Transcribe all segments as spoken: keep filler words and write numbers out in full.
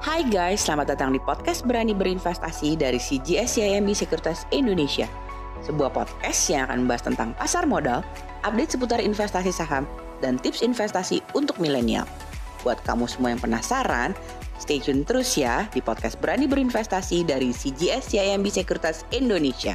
Hai guys, selamat datang di podcast Berani Berinvestasi dari C G S C I M B Sekuritas Indonesia. Sebuah podcast yang akan membahas tentang pasar modal, update seputar investasi saham, dan tips investasi untuk milenial. Buat kamu semua yang penasaran, stay tune terus ya di podcast Berani Berinvestasi dari C G S C I M B Sekuritas Indonesia.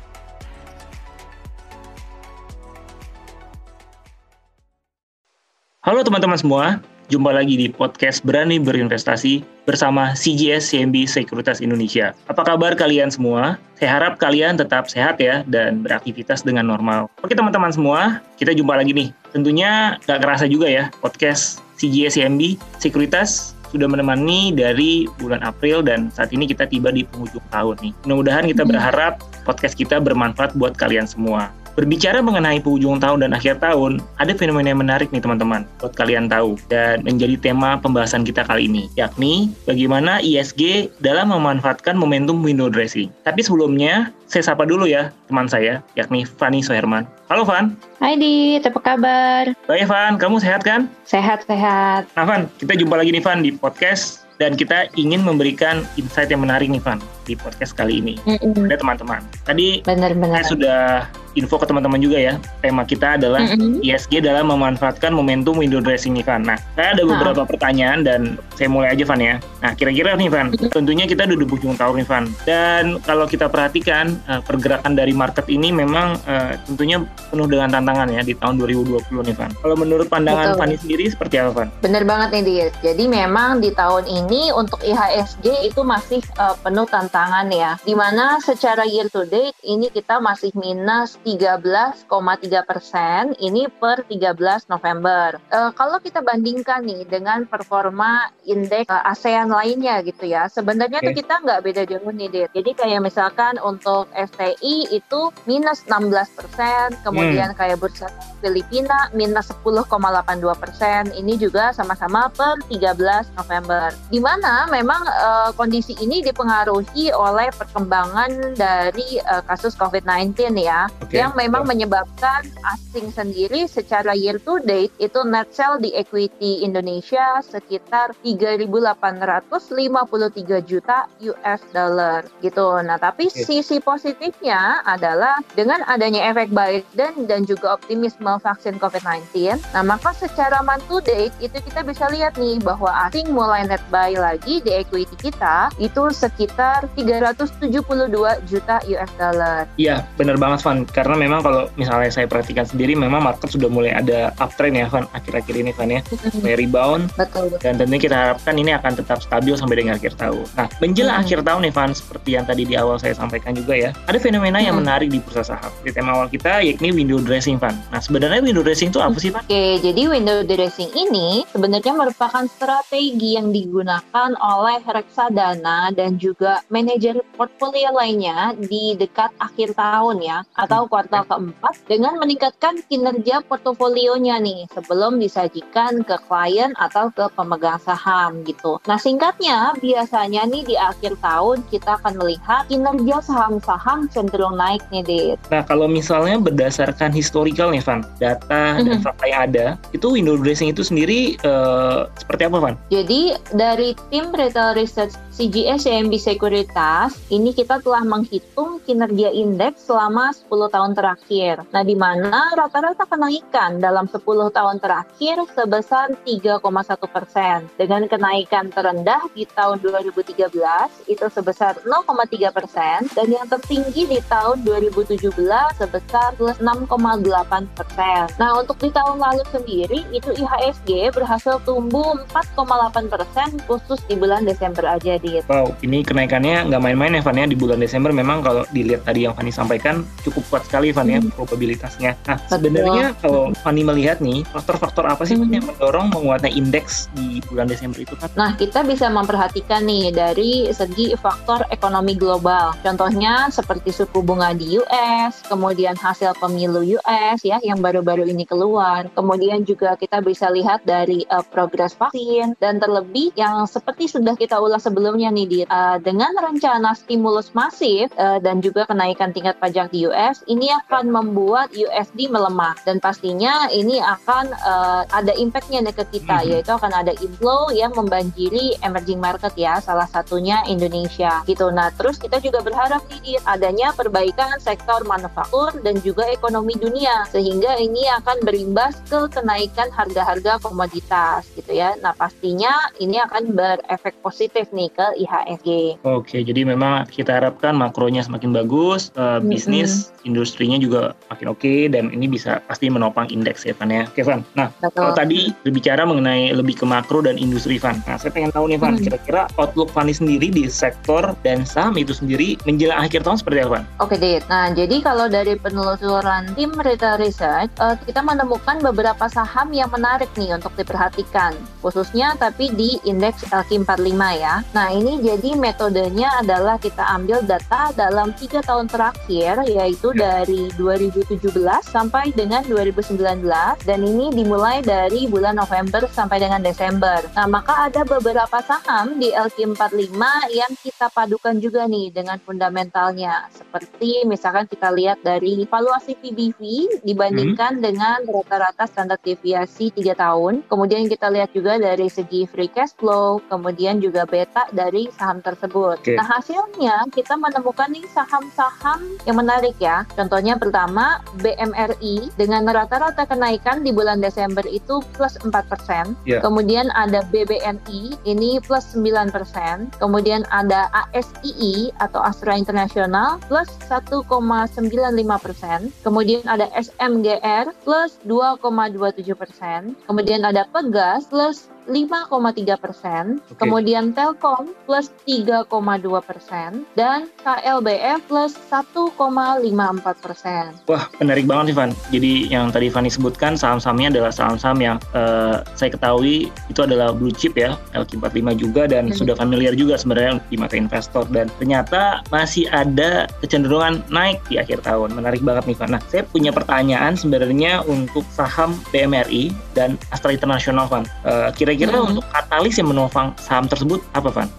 Halo teman-teman semua, jumpa lagi di podcast Berani Berinvestasi bersama C G S C I M B Sekuritas Indonesia. Apa kabar kalian semua? Saya harap kalian tetap sehat ya dan beraktivitas dengan normal. Oke teman-teman semua, kita jumpa lagi nih. Tentunya gak kerasa juga ya, podcast C G S C I M B Sekuritas sudah menemani dari bulan April dan saat ini kita tiba di penghujung tahun nih. Mudah-mudahan kita berharap podcast kita bermanfaat buat kalian semua. Berbicara mengenai penghujung tahun dan akhir tahun, ada fenomena yang menarik nih teman-teman, buat kalian tahu, dan menjadi tema pembahasan kita kali ini, yakni bagaimana I S G dalam memanfaatkan momentum window dressing. Tapi sebelumnya, saya sapa dulu ya teman saya, yakni Fanny Soherman. Halo Van. Hai Dit, apa kabar? Baik Van, kamu sehat kan? Sehat-sehat. Nah Van, kita jumpa lagi nih Van di podcast, dan kita ingin memberikan insight yang menarik nih Van di podcast kali ini. Mm-mm. Ada teman-teman. Tadi Benar-benar. saya sudah info ke teman-teman juga ya. Tema kita adalah Mm-mm. I S G dalam memanfaatkan momentum window dressing nih Van. Nah, saya ada beberapa ha. pertanyaan dan saya mulai aja Van ya. Nah, kira-kira nih Van, Mm-mm. tentunya kita udah di ujung tahun nih Van. Dan kalau kita perhatikan uh, pergerakan dari market ini memang uh, tentunya penuh dengan tantangan ya di tahun dua ribu dua puluh nih Van. Kalau menurut pandangan Fanny sendiri seperti apa Van? Benar banget nih Dit. Jadi memang di tahun ini untuk I H S G itu masih uh, penuh tantangan ya. Dimana secara year to date ini kita masih minus tiga belas koma tiga persen ini per tiga belas November. Uh, kalau kita bandingkan nih dengan performa indeks uh, ASEAN lainnya gitu ya, sebenarnya okay. tuh kita nggak beda jauh nih Dit. Jadi kayak misalkan untuk S T I itu minus enam belas persen, kemudian hmm. kayak bursa Filipina minus sepuluh koma delapan dua persen, ini juga sama-sama per tiga belas November. Dimana memang uh, kondisi ini dipengaruhi oleh perkembangan dari uh, kasus covid sembilan belas ya, okay. yang memang yeah. menyebabkan asing sendiri secara year to date itu net sell di equity Indonesia sekitar tiga ribu delapan ratus lima puluh tiga juta U S dollar gitu. Nah, tapi okay. sisi positifnya adalah dengan adanya efek Biden dan juga optimisme vaksin covid sembilan belas, nah maka secara month to date itu kita bisa lihat nih bahwa asing mulai net buy lagi di equity kita itu sekitar tiga ratus tujuh puluh dua juta U S dollar. Iya, benar banget Van. Karena memang kalau misalnya saya perhatikan sendiri, memang market sudah mulai ada uptrend ya Van, akhir-akhir ini Van ya, mulai rebound. Betul. Dan tentunya kita harapkan ini akan tetap stabil sampai dengan akhir tahun. Nah, menjelang hmm. akhir tahun nih Van, seperti yang tadi di awal saya sampaikan juga ya, ada fenomena hmm. yang menarik di bursa saham. Di tema awal kita yakni window dressing Van. Nah, sebenarnya window dressing itu apa sih Van? Oke, jadi window dressing ini sebenarnya merupakan strategi yang digunakan oleh reksadana dan juga manajer portfolio lainnya di dekat akhir tahun ya, atau kuartal keempat dengan meningkatkan kinerja portofolionya nih sebelum disajikan ke klien atau ke pemegang saham gitu. Nah, singkatnya biasanya nih di akhir tahun kita akan melihat kinerja saham-saham cenderung naik nih Dit. Nah, kalau misalnya berdasarkan historical nih Van, data dan fakta yang ada, itu window dressing itu sendiri uh, seperti apa Van? Jadi dari tim Retail Research C G S C I M B Sekuritas, ini kita telah menghitung kinerja indeks selama sepuluh tahun terakhir. Nah, di mana rata-rata kenaikan dalam sepuluh tahun terakhir sebesar tiga koma satu persen. Dengan kenaikan terendah di tahun dua ribu tiga belas itu sebesar nol koma tiga persen dan yang tertinggi di tahun dua ribu tujuh belas sebesar plus enam koma delapan persen. Nah, untuk di tahun lalu sendiri itu I H S G berhasil tumbuh empat koma delapan persen khusus di bulan Desember aja Dit. Wow, ini kenaikannya nggak main-main ya Van ya, di bulan Desember memang kalau dilihat tadi yang Fanny sampaikan cukup kuat sekali Van ya, hmm. probabilitasnya. Nah, sebenarnya kalau Fanny melihat nih, faktor-faktor apa sih hmm. yang mendorong menguatnya indeks di bulan Desember itu kan? Nah, kita bisa memperhatikan nih dari segi faktor ekonomi global. Contohnya seperti suku bunga di U S, kemudian hasil pemilu U S ya yang baru-baru ini keluar. Kemudian juga kita bisa lihat dari uh, progres vaksin dan terlebih yang seperti sudah kita ulas sebelumnya nih di uh, dengan rencana stimulus masif uh, dan juga kenaikan tingkat pajak di U S ini akan membuat U S D melemah, dan pastinya ini akan uh, ada impact-nya ke kita, mm-hmm. yaitu akan ada inflow yang membanjiri emerging market ya, salah satunya Indonesia gitu. Nah, terus kita juga berharap nih adanya perbaikan sektor manufaktur dan juga ekonomi dunia, sehingga ini akan berimbas ke kenaikan harga-harga komoditas gitu ya. Nah, pastinya ini akan berefek positif nih ke I H S G. Oke, jadi memang kita harapkan makronya semakin bagus, uh, mm-hmm. bisnis, industrinya juga makin oke, dan ini bisa pasti menopang indeks ya, Van ya. Oke, Van. Nah, Betul. Kalau tadi berbicara mengenai lebih ke makro dan industri, Van. Nah, saya pengen tahu nih, Van, mm-hmm. kira-kira outlook Van sendiri di sektor dan saham itu sendiri menjelang akhir tahun seperti apa, Van? Oke, Dit. Nah, jadi kalau dari penelusuran tim Retail Research, uh, kita menemukan beberapa saham yang menarik nih untuk diperhatikan, khususnya tapi di indeks L Q empat puluh lima ya. Nah, ini jadi metodenya adalah kita ambil data dalam tiga tahun terakhir, yaitu dari dua ribu tujuh belas sampai dengan dua ribu sembilan belas, dan ini dimulai dari bulan November sampai dengan Desember. Nah, maka ada beberapa saham di L Q empat puluh lima yang kita padukan juga nih dengan fundamentalnya, seperti misalkan kita lihat dari valuasi P B V dibandingkan hmm. dengan rata-rata standar deviasi tiga tahun, kemudian kita lihat juga dari segi free cash flow, kemudian juga beta dari saham tersebut. Okay. Nah, hasilnya kita menemukan nih saham-saham yang menarik ya. Contohnya pertama B M R I dengan rata-rata kenaikan di bulan Desember itu plus empat persen. Yeah. Kemudian ada B B N I ini plus sembilan persen. Kemudian ada A S I I atau Astra International plus satu koma sembilan lima persen. Kemudian ada S M G R plus dua koma dua tujuh persen. Kemudian ada Pegas plus lima koma tiga persen, okay. Kemudian Telkom plus tiga koma dua persen, dan K L B F plus satu koma lima empat persen. Wah, menarik banget nih, Van. Jadi yang tadi Fanny sebutkan saham-sahamnya adalah saham-saham yang uh, saya ketahui itu adalah blue chip ya, L Q empat puluh lima juga, dan hmm. sudah familiar juga sebenarnya di mata investor, dan ternyata masih ada kecenderungan naik di akhir tahun. Menarik banget nih, Van. Nah, saya punya pertanyaan sebenarnya untuk saham B M R I dan Astra International, Van. Uh, kira-kira Kira-kira hmm. untuk katalis yang menopang saham tersebut apa, Van?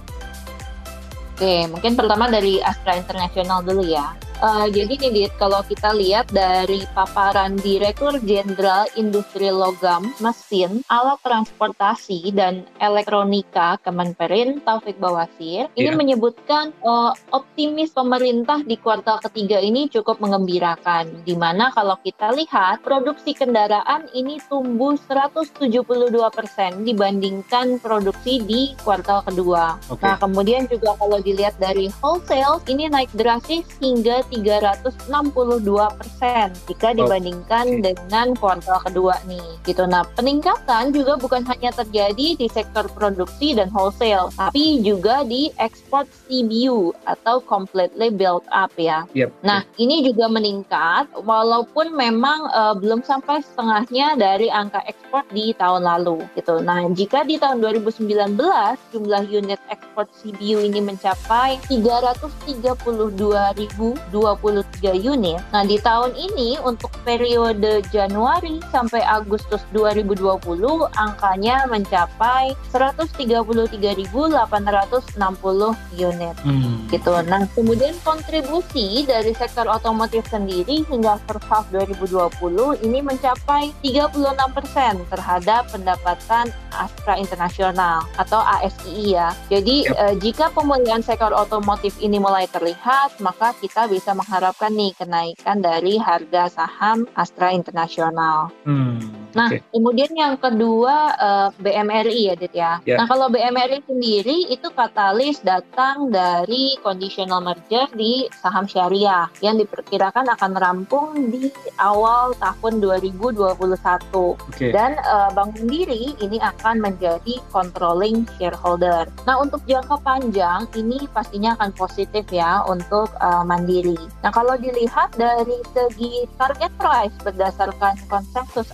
Oke, mungkin pertama dari Astra International dulu ya. Uh, jadi nih, Dit, kalau kita lihat dari paparan Direktur Jenderal Industri Logam, Mesin, Alat Transportasi, dan Elektronika Kemenperin, Taufik Bawasir, yeah. ini menyebutkan uh, optimis pemerintah di kuartal ketiga ini cukup mengembirakan, di mana kalau kita lihat produksi kendaraan ini tumbuh seratus tujuh puluh dua persen dibandingkan produksi di kuartal kedua. Okay. Nah, kemudian juga kalau dilihat dari wholesale, ini naik drastis hingga tiga ratus enam puluh dua persen jika dibandingkan okay. dengan kuartal kedua nih gitu. Nah, peningkatan juga bukan hanya terjadi di sektor produksi dan wholesale, tapi juga di ekspor C B U atau completely built up ya. Yep. Nah, ini juga meningkat walaupun memang uh, belum sampai setengahnya dari angka ekspor di tahun lalu gitu. Nah, jika di tahun dua ribu sembilan belas jumlah unit ekspor C B U ini mencapai tiga ratus tiga puluh dua ribu dua puluh tiga unit. Nah, di tahun ini untuk periode Januari sampai Agustus dua ribu dua puluh angkanya mencapai seratus tiga puluh tiga ribu delapan ratus enam puluh unit. Hmm. Gitu. Nah, kemudian kontribusi dari sektor otomotif sendiri hingga first half dua ribu dua puluh ini mencapai tiga puluh enam persen terhadap pendapatan Astra International atau A S I I ya. Jadi yep. eh, jika pemulihan sektor otomotif ini mulai terlihat, maka kita bisa mengharapkan nih kenaikan dari harga saham Astra International. Hmm, nah, okay. kemudian yang kedua uh, B M R I ya, Dit ya. Yeah. Nah, kalau B M R I sendiri itu katalis datang dari conditional merger di saham syariah yang diperkirakan akan rampung di awal tahun dua ribu dua puluh satu. Okay. Dan uh, Bank Mandiri ini akan menjadi controlling shareholder. Nah, untuk jangka panjang ini pastinya akan positif ya untuk uh, Mandiri. Nah, kalau dilihat dari segi target price berdasarkan konsensus analis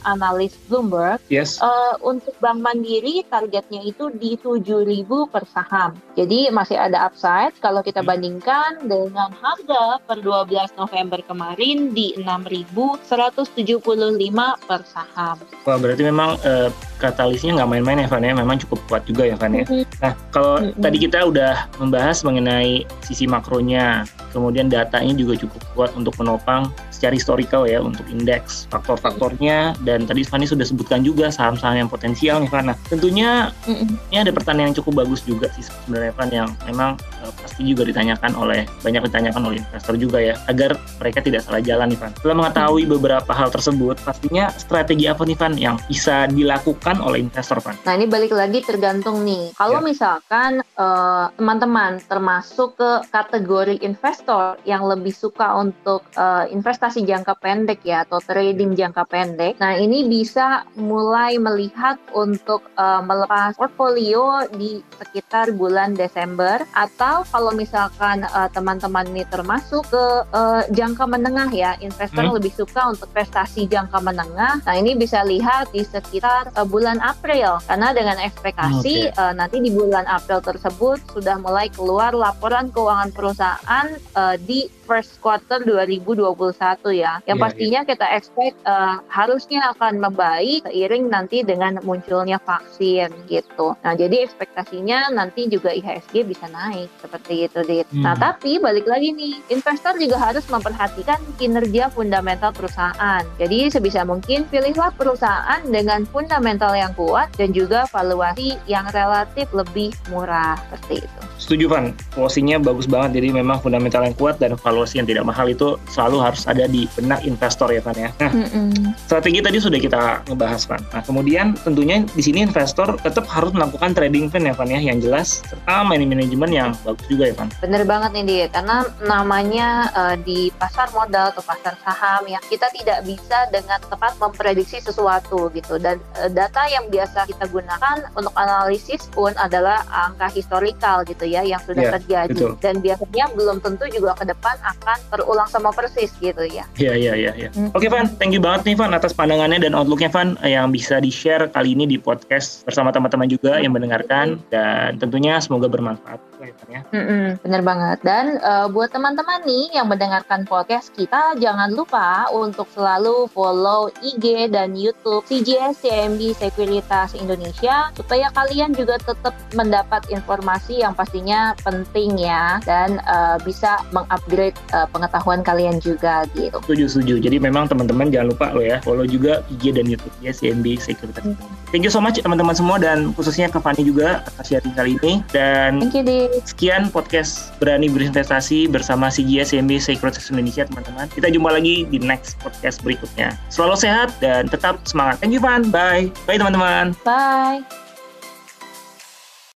jurnalis Bloomberg, Yes. uh, untuk Bank Mandiri targetnya itu di tujuh ribu per saham. Jadi masih ada upside kalau kita bandingkan dengan harga per dua belas November kemarin di enam ribu seratus tujuh puluh lima per saham. Wah, berarti memang uh, katalisnya nggak main-main ya, Van ya, memang cukup kuat juga ya, Van ya. Mm-hmm. Nah, kalau Mm-hmm. tadi kita udah membahas mengenai sisi makronya, kemudian datanya juga cukup kuat untuk menopang secara historical ya untuk indeks, faktor-faktornya, dan tadi Fanny sudah sebutkan juga saham-saham yang potensial nih, Van. Nah, tentunya Mm-mm. ini ada pertanyaan yang cukup bagus juga sih sebenarnya, Van, yang memang uh, pasti juga ditanyakan oleh, banyak ditanyakan oleh investor juga ya, agar mereka tidak salah jalan nih, Van. Setelah mengetahui beberapa hal tersebut, pastinya strategi apa nih, Van, yang bisa dilakukan oleh investor, Van? Nah, ini balik lagi tergantung nih. Kalau Ya. misalkan uh, teman-teman termasuk ke kategori investor yang lebih suka untuk uh, investasi jangka pendek ya, atau trading jangka pendek. Nah, ini bisa mulai melihat untuk uh, melepas portfolio di sekitar bulan Desember, atau kalau misalkan uh, teman-teman ini termasuk ke uh, jangka menengah ya, investor Hmm. lebih suka untuk investasi jangka menengah. Nah, ini bisa lihat di sekitar uh, bulan April, karena dengan ekspektasi Oke. uh, nanti di bulan April tersebut sudah mulai keluar laporan keuangan perusahaan uh, di first quarter dua ribu dua puluh satu ya. Yang Iya, pastinya kita expect uh, harusnya akan membaik seiring nanti dengan munculnya vaksin gitu. Nah, jadi ekspektasinya nanti juga I H S G bisa naik seperti itu, Dit. Hmm. Nah, tapi balik lagi nih, investor juga harus memperhatikan kinerja fundamental perusahaan. Jadi sebisa mungkin pilihlah perusahaan dengan fundamental yang kuat dan juga valuasi yang relatif lebih murah seperti itu. Setuju, Van. Closing-nya bagus banget. Jadi memang fundamental yang kuat dan valuasi yang tidak mahal itu selalu harus ada di benak investor ya, Van ya. Nah, Mm-mm. strategi tadi sudah kita ngebahas, Van. Nah, kemudian tentunya di sini investor tetap harus melakukan trading plan ya, Van ya, yang jelas serta manajemen yang bagus juga ya, Van. Bener banget nih, Dit. Karena namanya uh, di pasar modal atau pasar saham ya, kita tidak bisa dengan tepat memprediksi sesuatu gitu. Dan uh, data yang biasa kita gunakan untuk analisis pun adalah angka historikal gitu ya, yang sudah Ya, terjadi. betul. Dan biasanya belum tentu juga ke depan akan terulang sama persis gitu ya. Iya, iya, iya. Ya. Hmm. Oke, Van. Thank you banget nih, Van, atas pandangannya dan outlook-nya, Van, yang bisa di-share kali ini di podcast bersama teman-teman juga yang mendengarkan. Dan tentunya semoga bermanfaat. Ya, Van, ya. Mm-mm, bener banget. Dan uh, buat teman-teman nih yang mendengarkan podcast kita, jangan lupa untuk selalu follow I G dan YouTube C G S C I M B Sekuritas Indonesia supaya kalian juga tetap mendapat informasi yang pastinya penting ya, dan uh, bisa mengupgrade uh, pengetahuan kalian juga gitu. Setuju, setuju. Jadi memang teman-teman jangan lupa lo ya, follow juga I G dan YouTube ya, C I M B Sekuritas. Thank you so much teman-teman semua, dan khususnya ke Fanny juga atas sharing kali ini. Dan Thank you, Dit. sekian podcast Berani Berinvestasi bersama C G S C I M B Sekuritas Indonesia, teman-teman. Kita jumpa lagi di next podcast berikutnya. Selalu sehat dan tetap semangat. Thank you, Van. Bye. Bye, teman-teman. Bye.